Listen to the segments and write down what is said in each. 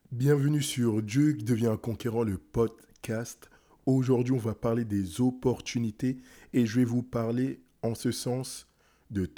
Bienvenue sur Dieu qui devient un conquérant, le podcast. Aujourd'hui, on va parler des opportunités et je vais vous parler en ce sens de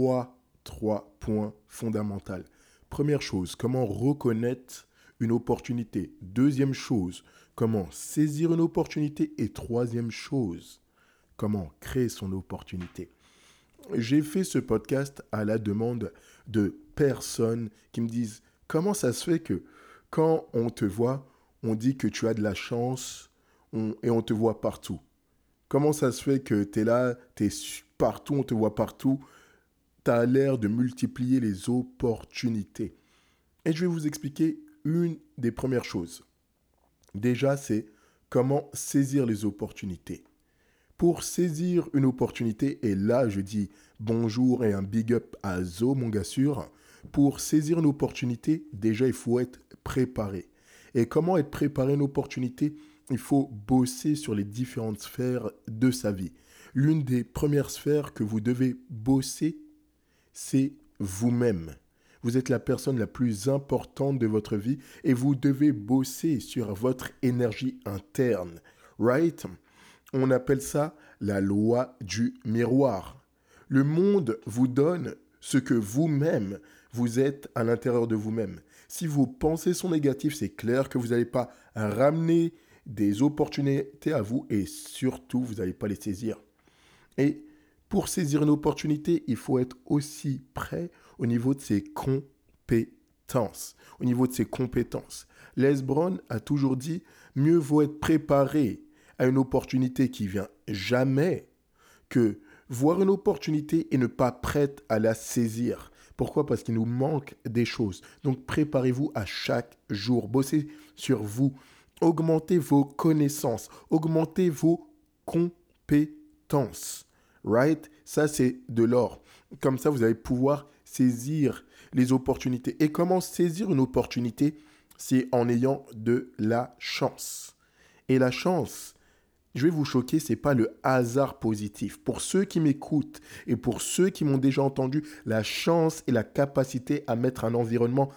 trois points fondamentaux. Première chose, comment reconnaître une opportunité. Deuxième chose, comment saisir une opportunité. Et troisième chose, comment créer son opportunité. J'ai fait ce podcast à la demande de personnes qui me disent comment ça se fait que quand on te voit, on dit que tu as de la chance et on te voit partout. Comment ça se fait que tu es là, tu es partout, on te voit partout, tu as l'air de multiplier les opportunités. Et je vais vous expliquer une des premières choses. Déjà, c'est comment saisir les opportunités. Pour saisir une opportunité, et là je dis bonjour et un big up à Zo, mon gars sûr, pour saisir une opportunité, déjà il faut être préparé. Et comment être préparé à une opportunité? Il faut bosser sur les différentes sphères de sa vie. L'une des premières sphères que vous devez bosser, c'est vous-même. Vous êtes la personne la plus importante de votre vie et vous devez bosser sur votre énergie interne. Right? On appelle ça la loi du miroir. Le monde vous donne ce que vous-même, vous êtes à l'intérieur de vous-même. Si vos pensées sont négatives, c'est clair que vous n'allez pas ramener des opportunités à vous et surtout, vous n'allez pas les saisir. Et pour saisir une opportunité, il faut être aussi prêt au niveau de ses compétences. Au niveau de ses compétences. Les Brown a toujours dit, mieux vaut être préparé à une opportunité qui vient jamais que voir une opportunité et ne pas prête à la saisir. Pourquoi? Parce qu'il nous manque des choses. Donc préparez-vous à chaque jour. Bossez sur vous. Augmentez vos connaissances. Augmentez vos compétences. Right? Ça, c'est de l'or. Comme ça, vous allez pouvoir saisir les opportunités. Et comment saisir une opportunité? C'est en ayant de la chance. Et la chance, je vais vous choquer, c'est pas le hasard positif. Pour ceux qui m'écoutent et pour ceux qui m'ont déjà entendu, la chance est la capacité à mettre un environnement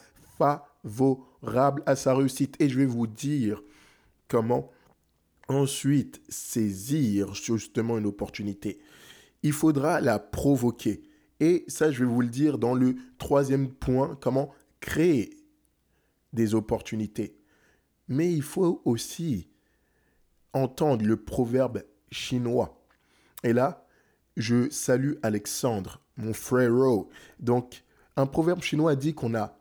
favorable à sa réussite. Et je vais vous dire comment ensuite saisir justement une opportunité. Il faudra la provoquer. Et ça, je vais vous le dire dans le troisième point, comment créer des opportunités. Mais il faut aussi entendre le proverbe chinois. Et là, je salue Alexandre, mon frérot. Donc, un proverbe chinois dit qu'on a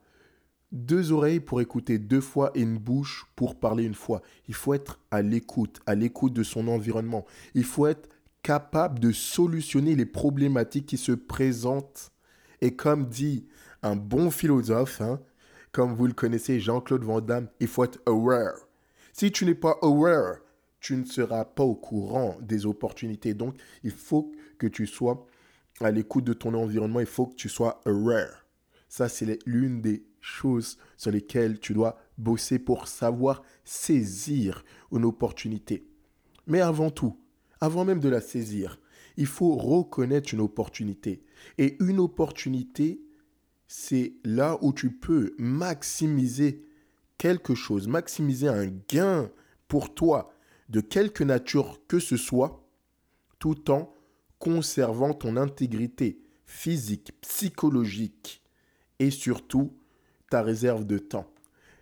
deux oreilles pour écouter deux fois et une bouche pour parler une fois. Il faut être à l'écoute de son environnement. Il faut être capable de solutionner les problématiques qui se présentent. Et comme dit un bon philosophe, comme vous le connaissez, Jean-Claude Van Damme, il faut être aware. Si tu n'es pas aware, tu ne seras pas au courant des opportunités. Donc, il faut que tu sois à l'écoute de ton environnement. Il faut que tu sois aware. Ça, c'est l'une des choses sur lesquelles tu dois bosser pour savoir saisir une opportunité. Mais avant tout, avant même de la saisir, il faut reconnaître une opportunité. Et une opportunité, c'est là où tu peux maximiser quelque chose, maximiser un gain pour toi, de quelque nature que ce soit, tout en conservant ton intégrité physique, psychologique et surtout ta réserve de temps.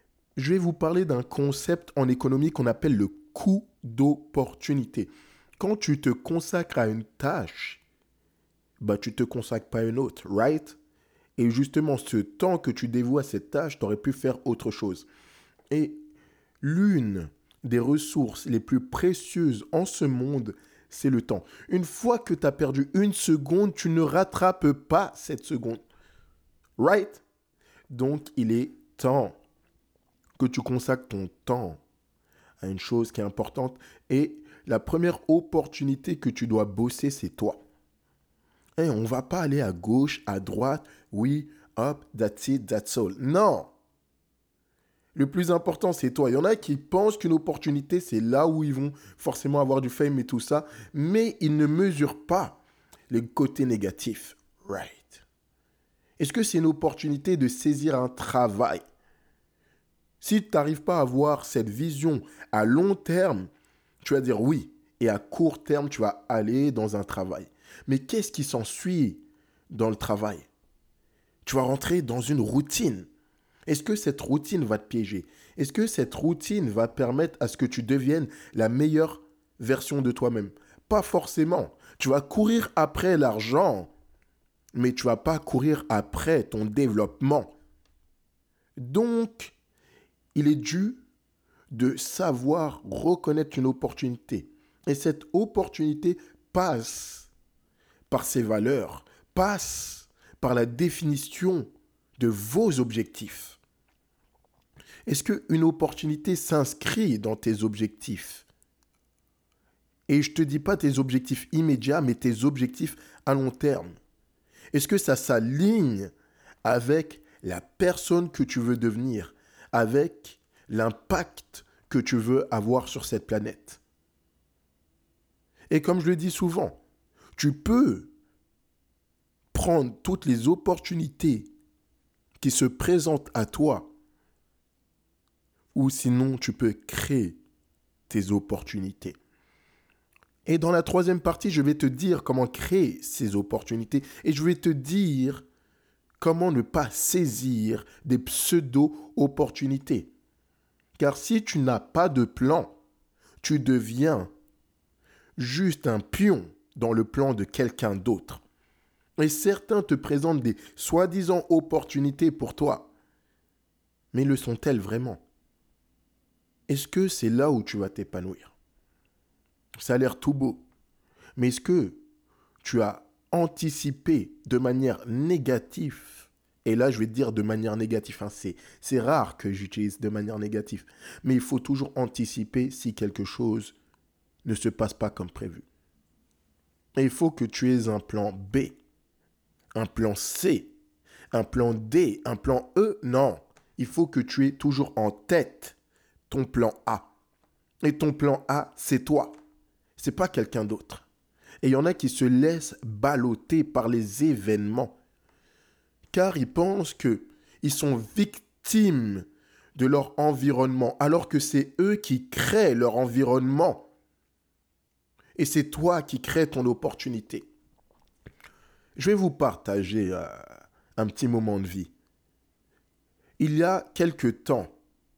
Je vais vous parler d'un concept en économie qu'on appelle le coût d'opportunité. Quand tu te consacres à une tâche, tu ne te consacres pas à une autre, right? Et justement, ce temps que tu dévoues à cette tâche, tu aurais pu faire autre chose. Et l'une des ressources les plus précieuses en ce monde, c'est le temps. Une fois que tu as perdu une seconde, tu ne rattrapes pas cette seconde. Right? Donc, il est temps que tu consacres ton temps à une chose qui est importante. Et la première opportunité que tu dois bosser, c'est toi. Et on ne va pas aller à gauche, à droite, oui, hop, that's it, that's all. Non! Le plus important, c'est toi. Il y en a qui pensent qu'une opportunité, c'est là où ils vont forcément avoir du fame et tout ça, mais ils ne mesurent pas les côtés négatifs. Right. Est-ce que c'est une opportunité de saisir un travail? Si tu n'arrives pas à avoir cette vision à long terme, tu vas dire oui. Et à court terme, tu vas aller dans un travail. Mais qu'est-ce qui s'ensuit dans le travail? Tu vas rentrer dans une routine. Est-ce que cette routine va te piéger? Est-ce que cette routine va permettre à ce que tu deviennes la meilleure version de toi-même? Pas forcément. Tu vas courir après l'argent, mais tu vas pas courir après ton développement. Donc, il est dû de savoir reconnaître une opportunité. Et cette opportunité passe par ses valeurs, passe par la définition de vos objectifs. Est-ce qu'une opportunité s'inscrit dans tes objectifs? Et je ne te dis pas tes objectifs immédiats, mais tes objectifs à long terme. Est-ce que ça s'aligne avec la personne que tu veux devenir, avec l'impact que tu veux avoir sur cette planète? Et comme je le dis souvent, tu peux prendre toutes les opportunités qui se présentent à toi, ou sinon tu peux créer tes opportunités. Et dans la troisième partie, je vais te dire comment créer ces opportunités et je vais te dire comment ne pas saisir des pseudo-opportunités. Car si tu n'as pas de plan, tu deviens juste un pion dans le plan de quelqu'un d'autre. Et certains te présentent des soi-disant opportunités pour toi. Mais le sont-elles vraiment? Est-ce que c'est là où tu vas t'épanouir? Ça a l'air tout beau. Mais est-ce que tu as anticipé de manière négative? Et là, je vais te dire de manière négative. C'est rare que j'utilise de manière négative. Mais il faut toujours anticiper si quelque chose ne se passe pas comme prévu. Et il faut que tu aies un plan B, un plan C, un plan D, un plan E. Non, il faut que tu aies toujours en tête ton plan A. Et ton plan A, c'est toi. C'est pas quelqu'un d'autre. Et il y en a qui se laissent balloter par les événements. Car ils pensent qu'ils sont victimes de leur environnement, alors que c'est eux qui créent leur environnement. Et c'est toi qui crées ton opportunité. Je vais vous partager un petit moment de vie. Il y a quelque temps,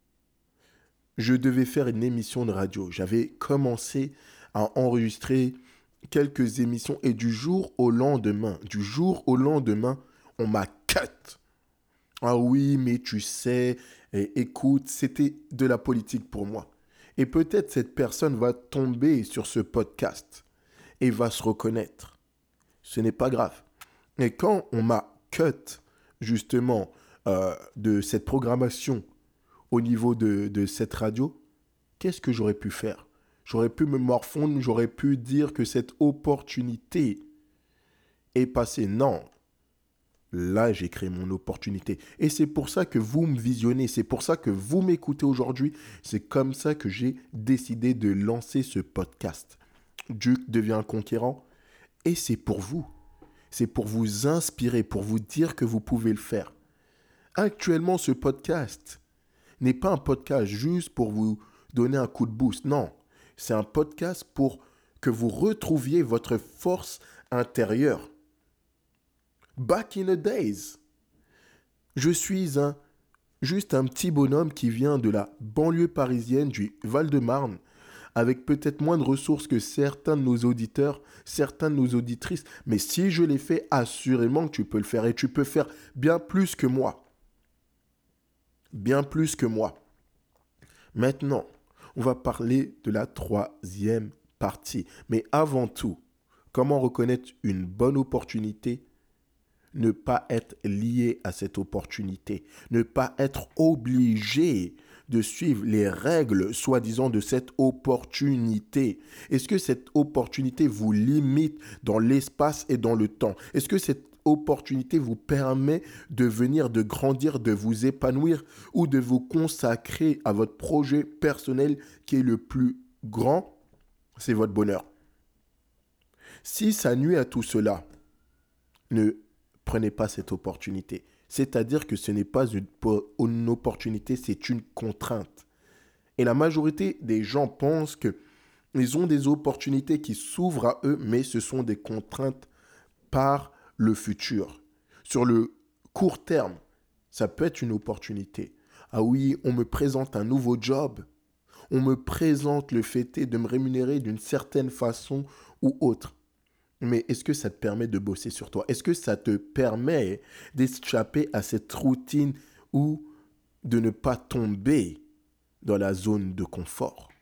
je devais faire une émission de radio. J'avais commencé à enregistrer quelques émissions et du jour au lendemain, on m'a cut. Ah oui, mais tu sais, écoute, c'était de la politique pour moi. Et peut-être cette personne va tomber sur ce podcast et va se reconnaître. Ce n'est pas grave. Et quand on m'a cut, justement, de cette programmation au niveau de cette radio, qu'est-ce que j'aurais pu faire? J'aurais pu me morfondre, j'aurais pu dire que cette opportunité est passée. Non, là, j'ai créé mon opportunité. Et c'est pour ça que vous me visionnez, c'est pour ça que vous m'écoutez aujourd'hui. C'est comme ça que j'ai décidé de lancer ce podcast. Duc devient un conquérant. Et c'est pour vous. C'est pour vous inspirer, pour vous dire que vous pouvez le faire. Actuellement, ce podcast n'est pas un podcast juste pour vous donner un coup de boost. Non, c'est un podcast pour que vous retrouviez votre force intérieure. Back in the days, je suis juste un petit bonhomme qui vient de la banlieue parisienne du Val-de-Marne, avec peut-être moins de ressources que certains de nos auditeurs, certains de nos auditrices. Mais si je l'ai fait, assurément que tu peux le faire. Et tu peux faire bien plus que moi. Bien plus que moi. Maintenant, on va parler de la troisième partie. Mais avant tout, comment reconnaître une bonne opportunité? Ne pas être lié à cette opportunité. Ne pas être obligé de suivre les règles, soi-disant, de cette opportunité. Est-ce que cette opportunité vous limite dans l'espace et dans le temps? Est-ce que cette opportunité vous permet de venir, de grandir, de vous épanouir ou de vous consacrer à votre projet personnel qui est le plus grand? C'est votre bonheur. Si ça nuit à tout cela, ne prenez pas cette opportunité. C'est-à-dire que ce n'est pas une opportunité, c'est une contrainte. Et la majorité des gens pensent qu'ils ont des opportunités qui s'ouvrent à eux, mais ce sont des contraintes par le futur. Sur le court terme, ça peut être une opportunité. Ah oui, on me présente un nouveau job. On me présente le fait de me rémunérer d'une certaine façon ou autre. Mais est-ce que ça te permet de bosser sur toi? Est-ce que ça te permet d'échapper à cette routine ou de ne pas tomber dans la zone de confort?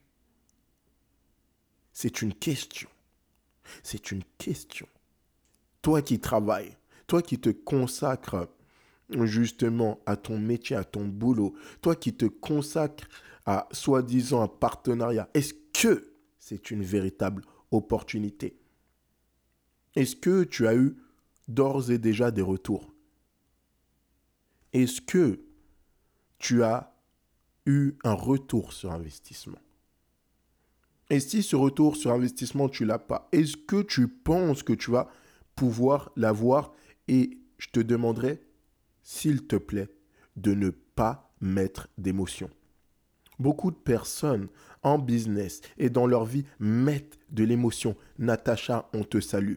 C'est une question. C'est une question. Toi qui travailles, toi qui te consacres justement à ton métier, à ton boulot, toi qui te consacres à soi-disant un partenariat, est-ce que c'est une véritable opportunité? Est-ce que tu as eu d'ores et déjà des retours? Est-ce que tu as eu un retour sur investissement? Et si ce retour sur investissement, tu ne l'as pas, est-ce que tu penses que tu vas pouvoir l'avoir? Et je te demanderai, s'il te plaît, de ne pas mettre d'émotion. Beaucoup de personnes en business et dans leur vie mettent de l'émotion. Natacha, on te salue.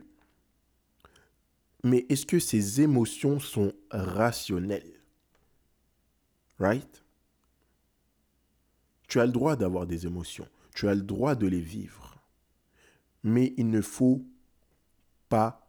Mais est-ce que ces émotions sont rationnelles? Right? Tu as le droit d'avoir des émotions. Tu as le droit de les vivre. Mais il ne faut pas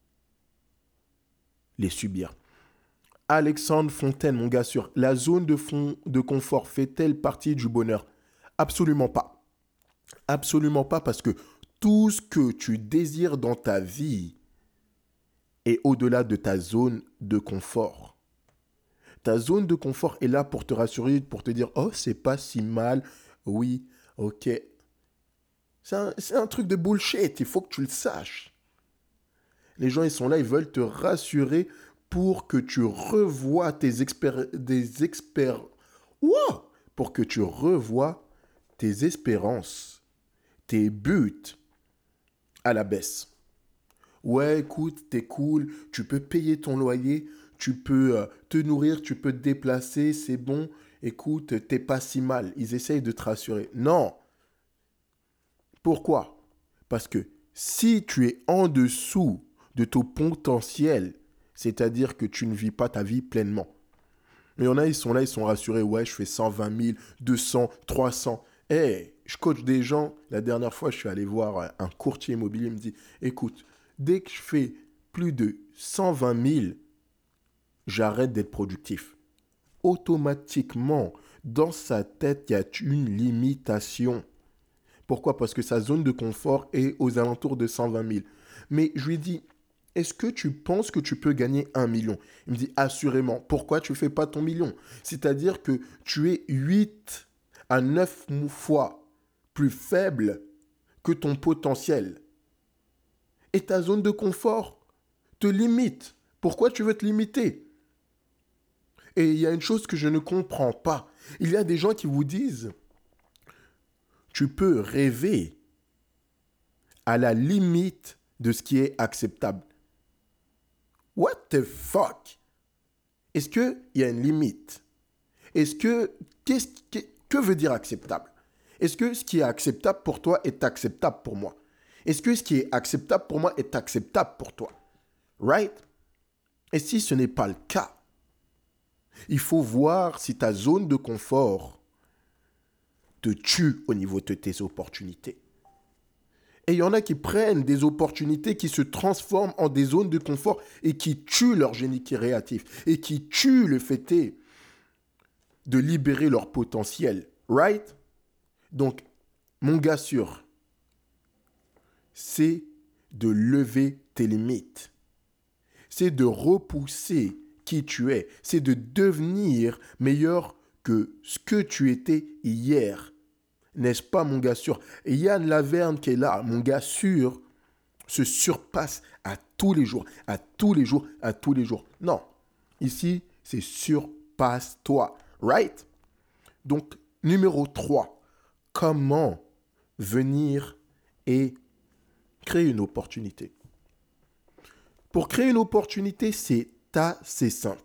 les subir. Alexandre Fontaine, mon gars sûr, la zone de confort fait-elle partie du bonheur? Absolument pas. Absolument pas, parce que tout ce que tu désires dans ta vie est au-delà de ta zone de confort. Ta zone de confort est là pour te rassurer, pour te dire « Oh, c'est pas si mal. Oui, ok. » C'est un truc de bullshit. Il faut que tu le saches. Les gens, ils sont là, ils veulent te rassurer pour que tu revoies pour que tu revoies tes espérances, tes buts à la baisse. Ouais, écoute, t'es cool, tu peux payer ton loyer, tu peux te nourrir, tu peux te déplacer, c'est bon. Écoute, t'es pas si mal. Ils essayent de te rassurer. Non. Pourquoi? Parce que si tu es en dessous de ton potentiel, c'est-à-dire que tu ne vis pas ta vie pleinement. Mais il y en a, ils sont là, ils sont rassurés. Ouais, je fais 120 000, 200, 300. Eh, je coach des gens. La dernière fois, je suis allé voir un courtier immobilier. Il me dit, écoute, dès que je fais plus de 120 000, j'arrête d'être productif. Automatiquement, dans sa tête, il y a une limitation. Pourquoi? Parce que sa zone de confort est aux alentours de 120 000. Mais je lui ai dit, est-ce que tu penses que tu peux gagner 1 million? Il me dit, assurément. Pourquoi tu ne fais pas ton million? C'est-à-dire que tu es 8 à 9 fois plus faible que ton potentiel. Et ta zone de confort te limite. Pourquoi tu veux te limiter? Et il y a une chose que je ne comprends pas. Il y a des gens qui vous disent, tu peux rêver à la limite de ce qui est acceptable. What the fuck? Est-ce qu'il y a une limite? Que veut dire acceptable? Est-ce que ce qui est acceptable pour toi est acceptable pour moi? Est-ce que ce qui est acceptable pour moi est acceptable pour toi? Right? Et si ce n'est pas le cas, il faut voir si ta zone de confort te tue au niveau de tes opportunités. Et il y en a qui prennent des opportunités qui se transforment en des zones de confort et qui tuent leur génie créatif et qui tuent le fait de libérer leur potentiel. Right? Donc, mon gars sûr, c'est de lever tes limites. C'est de repousser qui tu es. C'est de devenir meilleur que ce que tu étais hier. N'est-ce pas, mon gars sûr? Et Yann Laverne qui est là, mon gars sûr, se surpasse à tous les jours, à tous les jours, à tous les jours. Non, ici, c'est surpasse-toi. Right? Donc, numéro 3, comment venir et créer une opportunité? Pour créer une opportunité, c'est assez simple.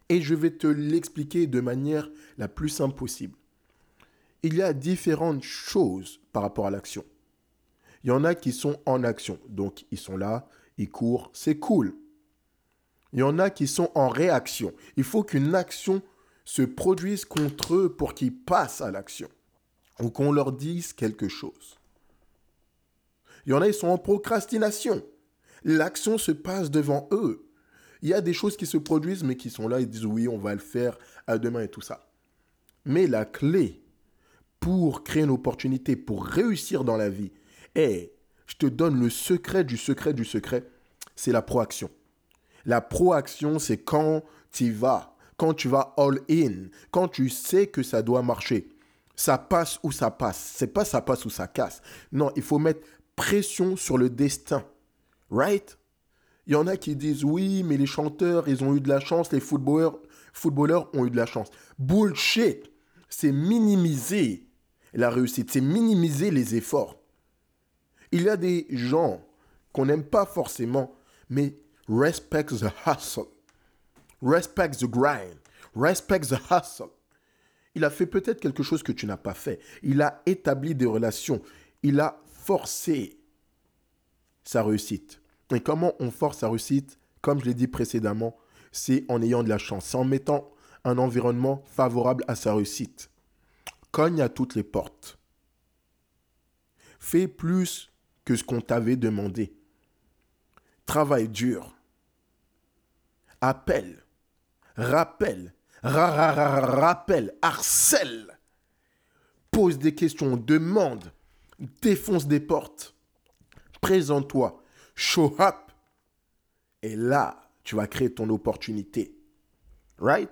Et je vais te l'expliquer de manière la plus simple possible. Il y a différentes choses par rapport à l'action. Il y en a qui sont en action. Donc, ils sont là, ils courent, c'est cool. Il y en a qui sont en réaction. Il faut qu'une action se produise contre eux pour qu'ils passent à l'action. Ou qu'on leur dise quelque chose. Il y en a, ils sont en procrastination. L'action se passe devant eux. Il y a des choses qui se produisent, mais qui sont là, ils disent oui, on va le faire à demain et tout ça. Mais la clé pour créer une opportunité, pour réussir dans la vie, et je te donne le secret du secret du secret, c'est la proaction. La proaction, c'est quand tu vas all in, quand tu sais que ça doit marcher. Ça passe ou ça passe. C'est pas ça passe ou ça casse. Non, il faut mettre pression sur le destin. Right? Il y en a qui disent oui, mais les chanteurs, ils ont eu de la chance, les footballeurs ont eu de la chance. Bullshit! C'est minimiser la réussite, c'est minimiser les efforts. Il y a des gens qu'on n'aime pas forcément, mais respect the hustle. Respect the grind. Respect the hustle. Il a fait peut-être quelque chose que tu n'as pas fait. Il a établi des relations. Il a forcé sa réussite. Et comment on force sa réussite? Comme je l'ai dit précédemment, c'est en ayant de la chance. C'est en mettant un environnement favorable à sa réussite. Cogne à toutes les portes. Fais plus que ce qu'on t'avait demandé. Travaille dur. Appelle. Rappelle. Rappelle. Harcèle. Pose des questions. Demande. Défonce des portes. Présente-toi. Show up. Et là, tu vas créer ton opportunité. Right?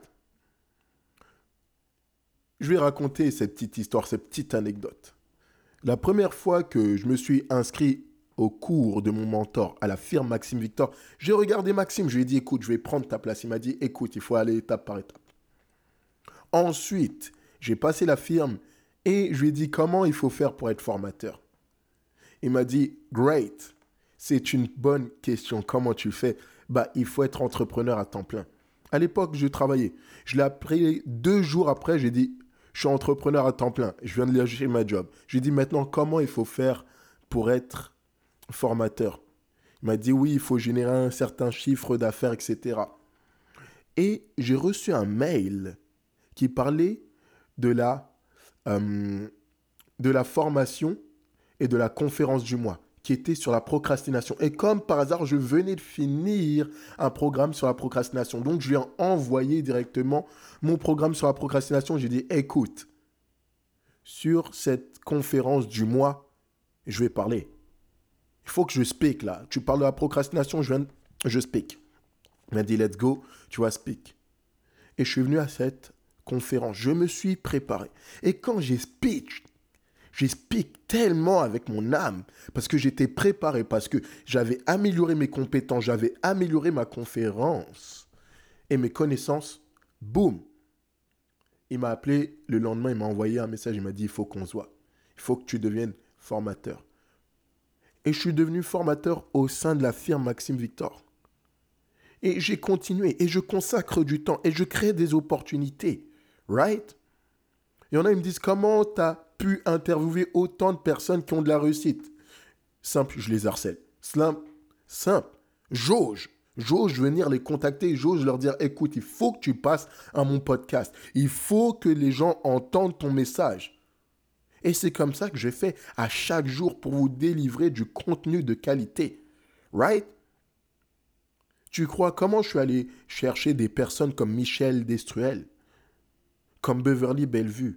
Je vais raconter cette petite histoire, cette petite anecdote. La première fois que je me suis inscrit au cours de mon mentor à la firme Maxime Victor, j'ai regardé Maxime, je lui ai dit, écoute, je vais prendre ta place. Il m'a dit, écoute, il faut aller étape par étape. Ensuite, j'ai passé la firme et je lui ai dit, comment il faut faire pour être formateur? Il m'a dit, great, c'est une bonne question. Comment tu fais? Il faut être entrepreneur à temps plein. À l'époque, je travaillais. Je l'ai appris 2 jours après, j'ai dit, je suis entrepreneur à temps plein. Je viens de lâcher ma job. J'ai dit maintenant, comment il faut faire pour être formateur? Il m'a dit, oui, il faut générer un certain chiffre d'affaires, etc. Et j'ai reçu un mail qui parlait de la formation et de la conférence du mois, qui était sur la procrastination. Et comme par hasard, je venais de finir un programme sur la procrastination. Donc, je lui ai envoyé directement mon programme sur la procrastination. J'ai dit, écoute, sur cette conférence du mois, je vais parler. Il faut que je speak là. Tu parles de la procrastination, je speak. Il m'a dit, let's go, tu vas speak. Et je suis venu à cette conférence. Je me suis préparé. Et quand j'ai speak tellement avec mon âme, parce que j'étais préparé, parce que j'avais amélioré mes compétences, j'avais amélioré ma conférence et mes connaissances. Boum! Il m'a appelé le lendemain, il m'a envoyé un message, il m'a dit, il faut qu'on se voit. Il faut que tu deviennes formateur. Et je suis devenu formateur au sein de la firme Maxime Victor. Et j'ai continué, et je consacre du temps, et je crée des opportunités. Right? Il y en a, ils me disent, comment tu as pu interviewer autant de personnes qui ont de la réussite? Simple, je les harcèle. Simple. J'ose venir les contacter, j'ose leur dire, écoute, il faut que tu passes à mon podcast. Il faut que les gens entendent ton message. Et c'est comme ça que je fais à chaque jour pour vous délivrer du contenu de qualité. Right? Tu crois comment je suis allé chercher des personnes comme Michel Destruel, comme Beverly Bellevue?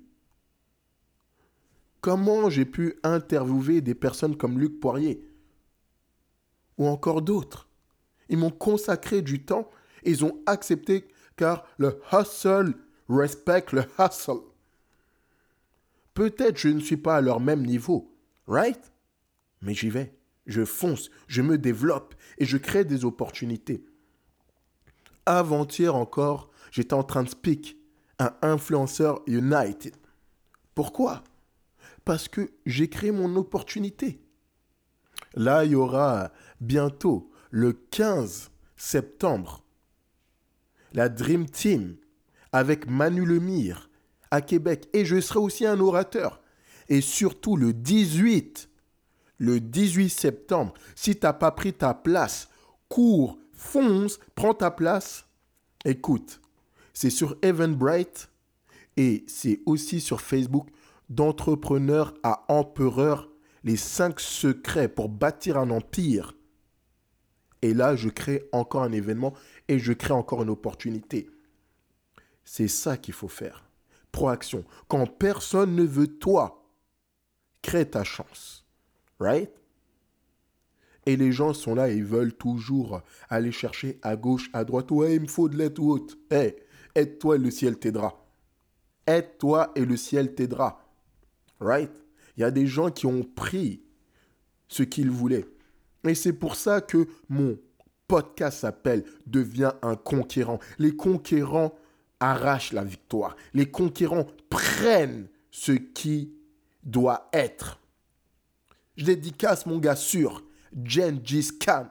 Comment j'ai pu interviewer des personnes comme Luc Poirier ou encore d'autres? Ils m'ont consacré du temps et ils ont accepté car le hustle respecte le hustle. Peut-être je ne suis pas à leur même niveau, right? Mais j'y vais, je fonce, je me développe et je crée des opportunités. Avant-hier encore, j'étais en train de speak à Influencer United. Pourquoi? Parce que j'ai créé mon opportunité. Là, il y aura bientôt, le 15 septembre, la Dream Team avec Manu Lemire à Québec. Et je serai aussi un orateur. Et surtout le 18 septembre, si tu n'as pas pris ta place, cours, fonce, prends ta place. Écoute, c'est sur Eventbrite et c'est aussi sur Facebook d'entrepreneur à empereur, les 5 secrets pour bâtir un empire. Et là, je crée encore un événement et je crée encore une opportunité. C'est ça qu'il faut faire. Proaction. Quand personne ne veut toi, crée ta chance. Right? Et les gens sont là et ils veulent toujours aller chercher à gauche, à droite. Ouais, il me faut de l'aide ou autre. Hey, aide-toi et le ciel t'aidera. Aide-toi et le ciel t'aidera. Right? Il y a des gens qui ont pris ce qu'ils voulaient. Et c'est pour ça que mon podcast s'appelle « Deviens un conquérant ». Les conquérants arrachent la victoire. Les conquérants prennent ce qui doit être. Je dédicace mon gars sur Gengis Khan.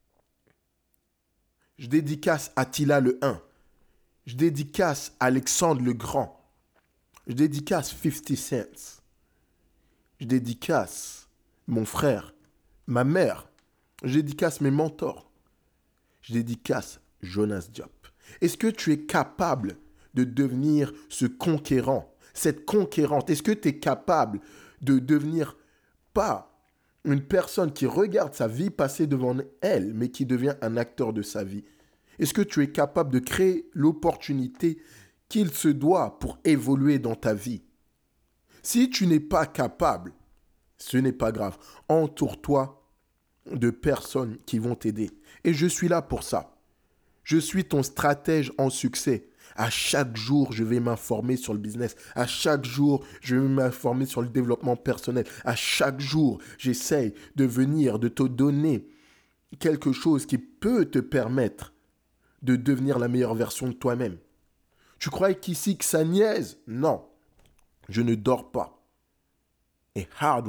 Je dédicace Attila le 1. Je dédicace Alexandre le Grand. Je dédicace 50 Cent. Je dédicace mon frère, ma mère. Je dédicace mes mentors. Je dédicace Jonas Diop. Est-ce que tu es capable de devenir ce conquérant, cette conquérante? Est-ce que tu es capable de devenir pas une personne qui regarde sa vie passer devant elle, mais qui devient un acteur de sa vie? Est-ce que tu es capable de créer l'opportunité qu'il se doit pour évoluer dans ta vie? Si tu n'es pas capable, ce n'est pas grave. Entoure-toi de personnes qui vont t'aider. Et je suis là pour ça. Je suis ton stratège en succès. À chaque jour, je vais m'informer sur le business. À chaque jour, je vais m'informer sur le développement personnel. À chaque jour, j'essaye de venir, de te donner quelque chose qui peut te permettre de devenir la meilleure version de toi-même. Tu crois qu'ici que ça niaise? Non, je ne dors pas. Et hard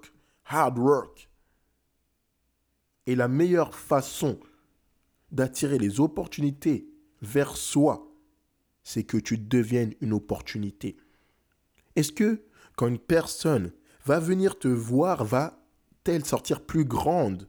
work. Et la meilleure façon d'attirer les opportunités vers soi, c'est que tu deviennes une opportunité. Est-ce que quand une personne va venir te voir, va-t-elle sortir plus grande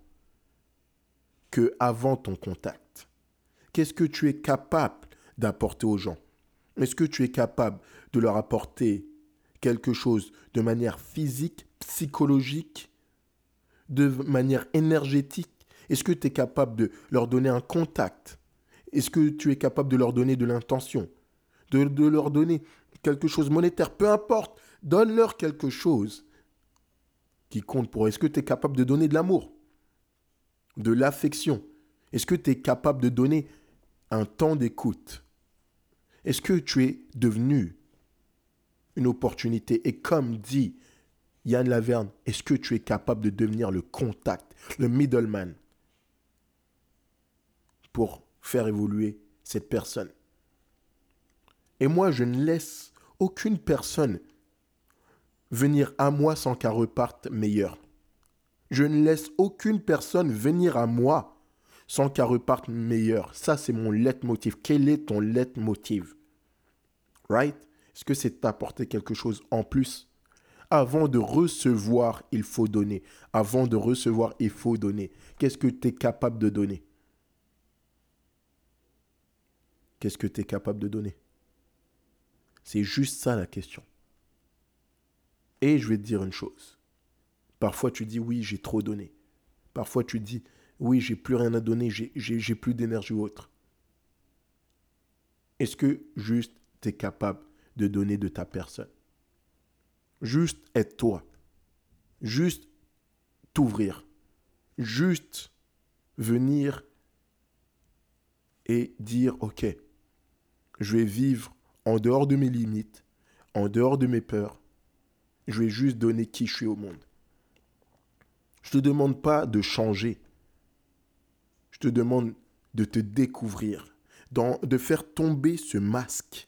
qu'avant ton contact? Qu'est-ce que tu es capable d'apporter aux gens? Est-ce que tu es capable de leur apporter quelque chose de manière physique, psychologique, de manière énergétique? Est-ce que tu es capable de leur donner un contact? Est-ce que tu es capable de leur donner de l'intention? De leur donner quelque chose de monétaire? Peu importe, donne-leur quelque chose qui compte pour eux. Est-ce que tu es capable de donner de l'amour? De l'affection? Est-ce que tu es capable de donner un temps d'écoute? Est-ce que tu es devenu une opportunité? Et comme dit Yann Laverne, est-ce que tu es capable de devenir le contact, le middleman pour faire évoluer cette personne? Et moi, je ne laisse aucune personne venir à moi sans qu'elle reparte meilleure. Je ne laisse aucune personne venir à moi sans qu'elle reparte meilleure. Ça, c'est mon leitmotiv. Quel est ton leitmotiv? Right? Est-ce que c'est t'apporter quelque chose en plus? Avant de recevoir, il faut donner. Avant de recevoir, il faut donner. Qu'est-ce que tu es capable de donner? Qu'est-ce que tu es capable de donner? C'est juste ça la question. Et je vais te dire une chose. Parfois tu dis oui, j'ai trop donné. Parfois tu dis oui, j'ai plus rien à donner, j'ai plus d'énergie ou autre. Est-ce que juste tu es capable de donner de ta personne? Juste être toi. Juste t'ouvrir. Juste venir et dire ok, je vais vivre en dehors de mes limites, en dehors de mes peurs. Je vais juste donner qui je suis au monde. Je ne te demande pas de changer. Je te demande de te découvrir, de faire tomber ce masque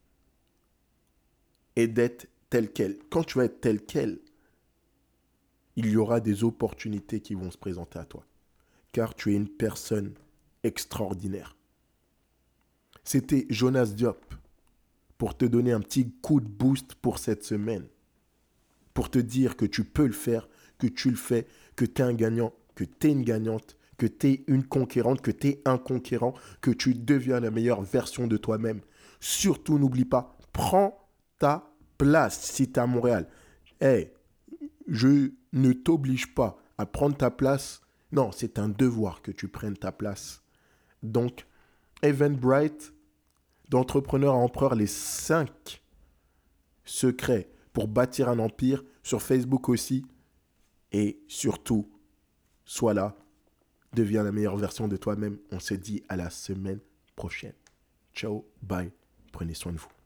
et d'être tel quel. Quand tu vas être tel quel, il y aura des opportunités qui vont se présenter à toi. Car tu es une personne extraordinaire. C'était Jonas Diop pour te donner un petit coup de boost pour cette semaine. Pour te dire que tu peux le faire, que tu le fais, que tu es un gagnant, que tu es une gagnante, que tu es une conquérante, que tu es un conquérant, que tu deviens la meilleure version de toi-même. Surtout, n'oublie pas, prends ta place si tu es à Montréal. Hey, je ne t'oblige pas à prendre ta place. Non, c'est un devoir que tu prennes ta place. Donc, Eventbrite, d'entrepreneur à empereur, les 5 secrets pour bâtir un empire, sur Facebook aussi. Et surtout, sois là, deviens la meilleure version de toi-même. On se dit à la semaine prochaine. Ciao, bye, prenez soin de vous.